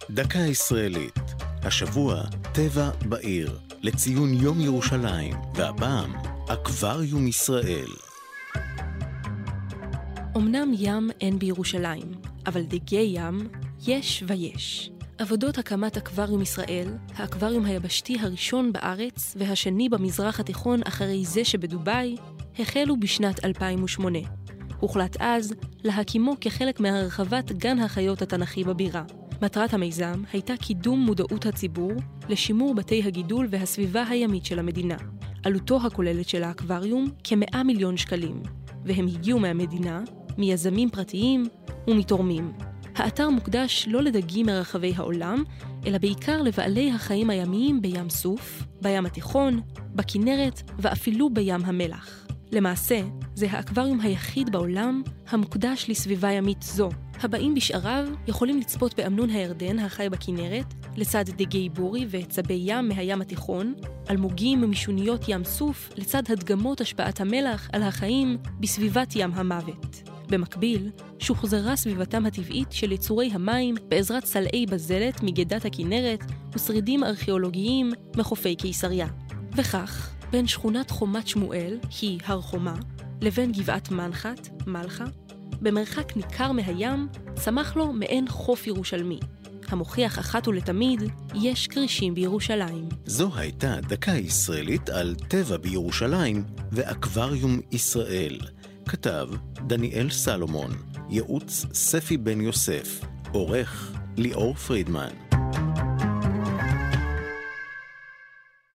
דקה ישראלית. השבוע טבע בעיר, לציון יום ירושלים, והפעם אקווריום ישראל. אמנם ים אין בירושלים, אבל דגי ים יש ויש. עבודות הקמת אקווריום ישראל, האקווריום היבשתי הראשון בארץ והשני במזרח התיכון אחרי זה שבדוביי, החלו בשנת 2008. הוחלט אז להקימו כחלק מהרחבת גן החיות התנ"כי בבירה. מטרת המיזם הייתה קידום מודעות הציבור לשימור בתי הגידול והסביבה הימית של המדינה. עלותו הכוללת של האקווריום כ100 מיליון שקלים, והם הגיעו מהמדינה, מיזמים פרטיים ומתורמים. האתר מוקדש לא לדגים מרחבי העולם, אלא בעיקר לבעלי החיים הימיים בים סוף, בים התיכון, בכנרת ואפילו בים המלח. למעשה, זה האקווריום היחיד בעולם המוקדש לסביבה ימית זו. הבאים בשעריו יכולים לצפות באמנון הירדן החי בכנרת, לצד דגי בורי וצבי ים מהים התיכון, אלמוגים ומשוניות ים סוף, לצד הדגמות השפעת המלח על החיים בסביבת ים המוות. במקביל, שוחזרה סביבתם הטבעית של יצורי המים בעזרת סלעי בזלת מגדת הכנרת ושרידים ארכיאולוגיים מחופי קיסריה. וכך, בין שכונת חומת שמואל, היא הר חומה, לבין גבעת מנחת, מלכה, במרחק ניכר מהים, צמח לו מעין חוף ירושלמי. המוכיח אחת ולתמיד, יש כרישים בירושלים. זו הייתה דקה ישראלית על טבע בירושלים ואקווריום ישראל. כתב דניאל סלומון, ייעוץ ספי בן יוסף, עורך ליאור פרידמן.